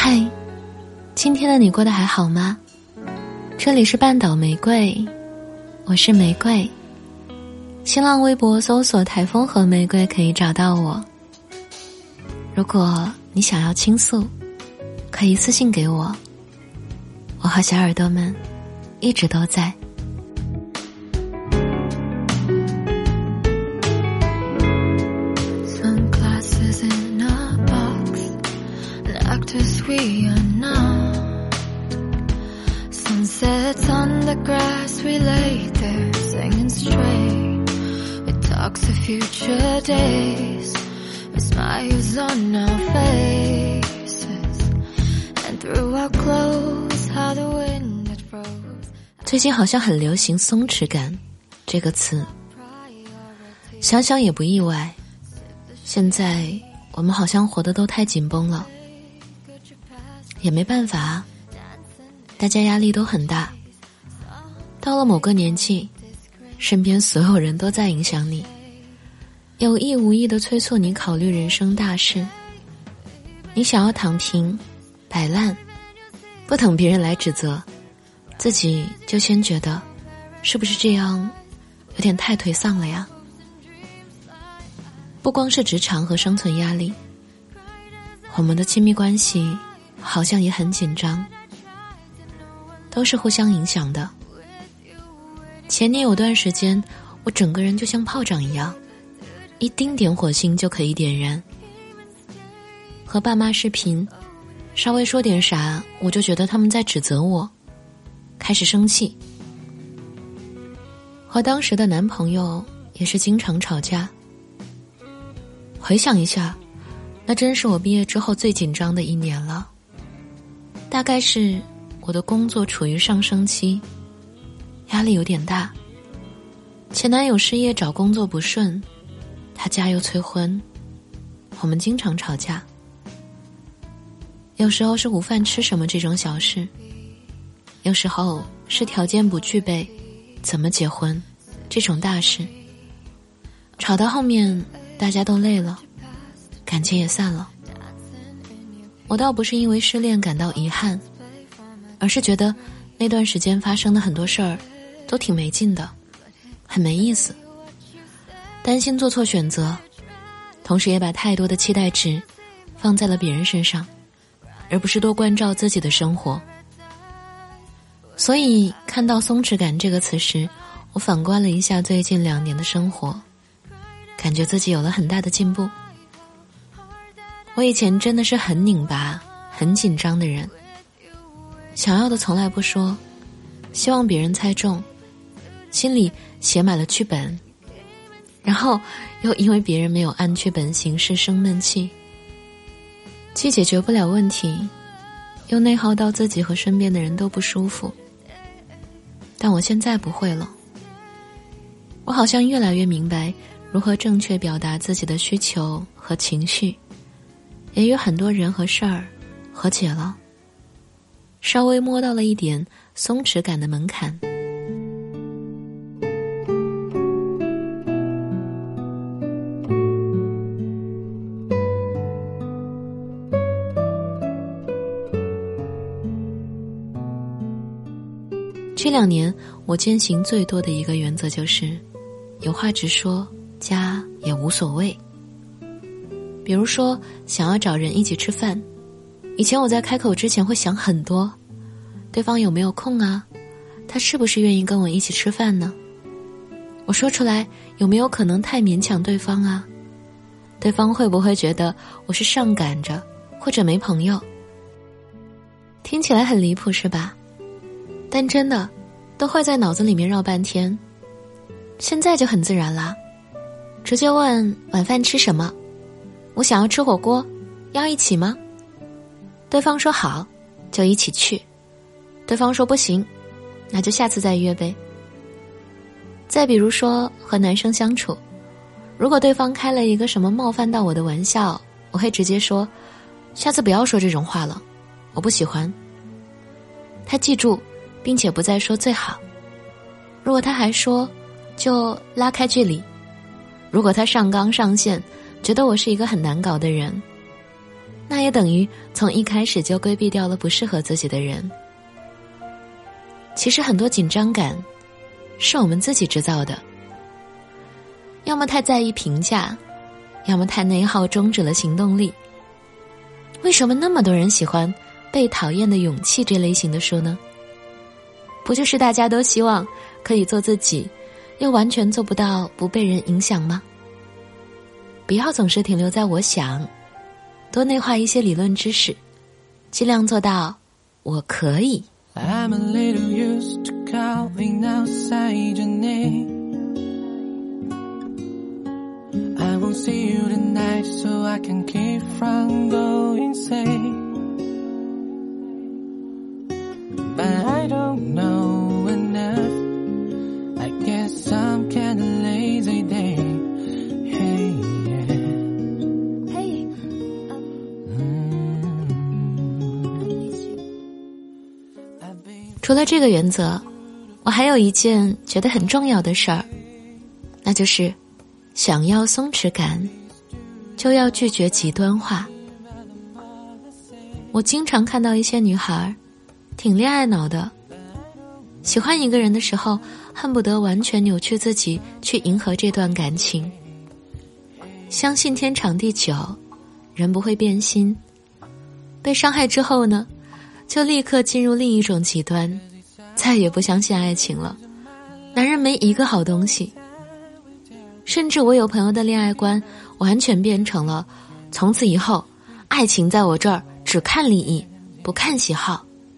嗨，今天的你过得还好吗？这里是半岛玫瑰，我是玫瑰。新浪微博搜索台风和玫瑰可以找到我。如果你想要倾诉，可以私信给我，我和小耳朵们一直都在。 Actors we are not. Sunsets on the grass, we lay there singing straight. With talks of future days, with smiles on our faces, and through our clothes, how the wind it froze. 最近好像很流行松弛感这个词，想想也不意外。现在我们好像活得都太紧绷了。也没办法啊，大家压力都很大。到了某个年纪，身边所有人都在影响你，有意无意地催促你考虑人生大事。你想要躺平、摆烂，不等别人来指责，自己就先觉得，是不是这样有点太颓丧了呀？不光是职场和生存压力，我们的亲密关系好像也很紧张，都是互相影响的。前年有段时间，我整个人就像炮仗一样，一丁点火星就可以点燃。和爸妈视频，稍微说点啥，我就觉得他们在指责我，开始生气。和当时的男朋友也是经常吵架。回想一下，那真是我毕业之后最紧张的一年了。大概是我的工作处于上升期，压力有点大。前男友失业找工作不顺，他家又催婚，我们经常吵架。有时候是午饭吃什么这种小事，有时候是条件不具备怎么结婚这种大事。吵到后面大家都累了，感情也散了。我倒不是因为失恋感到遗憾，而是觉得那段时间发生的很多事儿都挺没劲的，很没意思。担心做错选择，同时也把太多的期待值放在了别人身上，而不是多关照自己的生活。所以看到松弛感这个词时，我反观了一下最近2年的生活，感觉自己有了很大的进步。我以前真的是很拧巴、很紧张的人，想要的从来不说，希望别人猜中，心里写满了剧本，然后又因为别人没有按剧本行事生闷气，既解决不了问题，又内耗到自己和身边的人都不舒服。但我现在不会了，我好像越来越明白如何正确表达自己的需求和情绪，也与很多人和事儿和解了，稍微摸到了一点松弛感的门槛。这2年我践行最多的一个原则就是有话直说，加也无所谓。比如说想要找人一起吃饭，以前我在开口之前会想很多，对方有没有空啊，他是不是愿意跟我一起吃饭呢？我说出来有没有可能太勉强对方啊？对方会不会觉得我是上赶着或者没朋友？听起来很离谱是吧？但真的都会在脑子里面绕半天。现在就很自然啦，直接问晚饭吃什么，我想要吃火锅，要一起吗？对方说好，就一起去。对方说不行，那就下次再约呗。再比如说和男生相处，如果对方开了一个什么冒犯到我的玩笑，我会直接说，下次不要说这种话了，我不喜欢。他记住，并且不再说最好。如果他还说，就拉开距离。如果他上纲上线，觉得我是一个很难搞的人， 那也等于从一开始就规避掉了不适合自己的人。其实很多紧张感是我们自己制造的，要么太在意评价，要么太内耗终止了行动力。为什么那么多人喜欢《被讨厌的勇气》这类型的书呢？不就是大家都希望可以做自己，又完全做不到不被人影响吗？不要总是停留在我想，多内化一些理论知识，尽量做到我可以。 I'm a little used to calling outside your name. I won't see you tonight so I can keep from going insane. But I don't know enough. I guess I'm kinda lazy day. Hey, yeah. Hey, I've been 除了这个原则，我还有一件觉得很重要的事儿，那就是想要松弛感，就要拒绝极端化。我经常看到一些女孩挺恋爱脑的，喜欢一个人的时候恨不得完全扭曲自己去迎合这段感情，相信天长地久，人不会变心。被伤害之后呢，就立刻进入另一种极端，再也不相信爱情了。男人没一个好东西。甚至我有朋友的恋爱观完全变成了，从此以后，爱情在我这儿只看利益，不看喜好。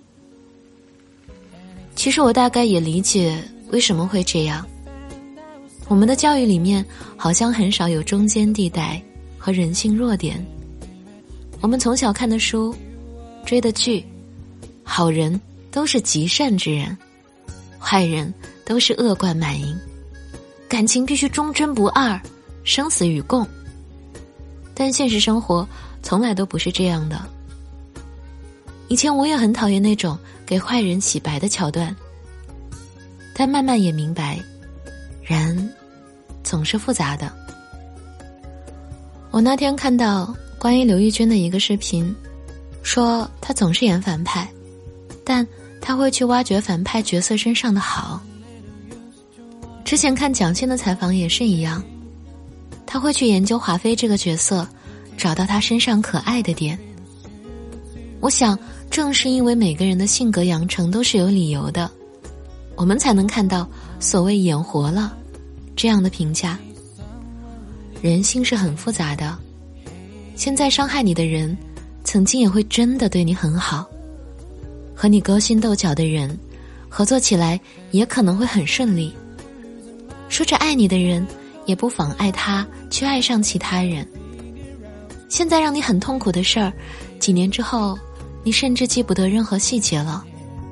其实我大概也理解为什么会这样。我们的教育里面好像很少有中间地带和人性弱点。我们从小看的书，追的剧，好人都是极善之人，坏人都是恶贯满盈，感情必须忠贞不二，生死与共。但现实生活从来都不是这样的。以前我也很讨厌那种给坏人洗白的桥段，但慢慢也明白，人总是复杂的。我那天看到关于刘奕君的一个视频，说他总是演反派，但他会去挖掘反派角色身上的好。之前看蒋欣的采访也是一样，他会去研究华妃这个角色，找到他身上可爱的点。我想正是因为每个人的性格养成都是有理由的，我们才能看到所谓演活了这样的评价。人性是很复杂的，现在伤害你的人曾经也会真的对你很好，和你勾心斗角的人合作起来也可能会很顺利，说着爱你的人也不妨碍他去爱上其他人。现在让你很痛苦的事儿，几年之后你甚至记不得任何细节了。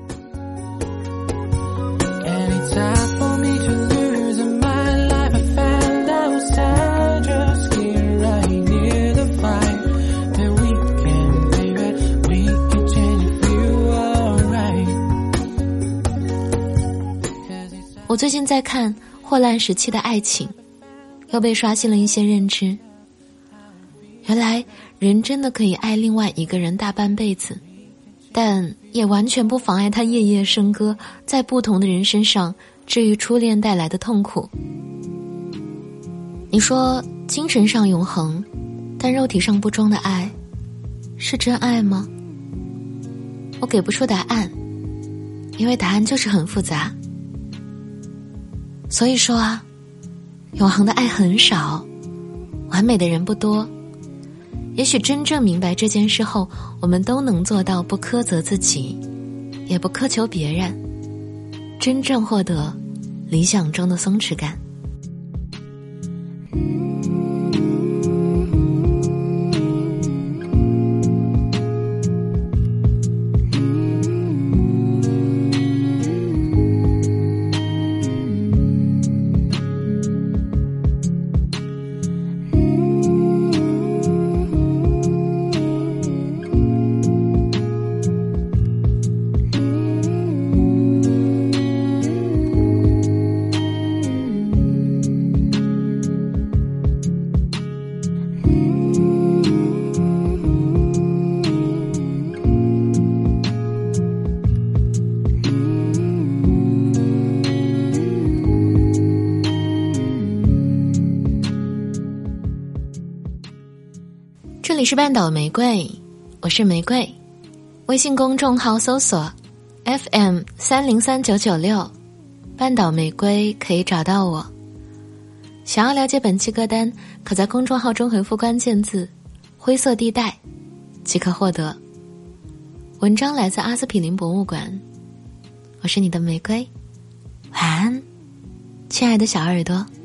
我最近在看《霍乱时期的爱情》，又被刷新了一些认知。原来人真的可以爱另外一个人大半辈子，但也完全不妨碍他夜夜笙歌，在不同的人身上治愈初恋带来的痛苦。你说精神上永恒，但肉体上不忠的爱，是真爱吗？我给不出答案，因为答案就是很复杂。所以说啊，永恒的爱很少，完美的人不多。也许真正明白这件事后，我们都能做到不苛责自己，也不苛求别人，真正获得理想中的松弛感。 这里是半岛玫瑰，我是玫瑰。微信公众号搜索 FM303996，半岛玫瑰可以找到我。想要了解本期歌单，可在公众号中回复关键字灰色地带即可获得。文章来自阿司匹林博物馆。我是你的玫瑰，晚安，亲爱的小耳朵。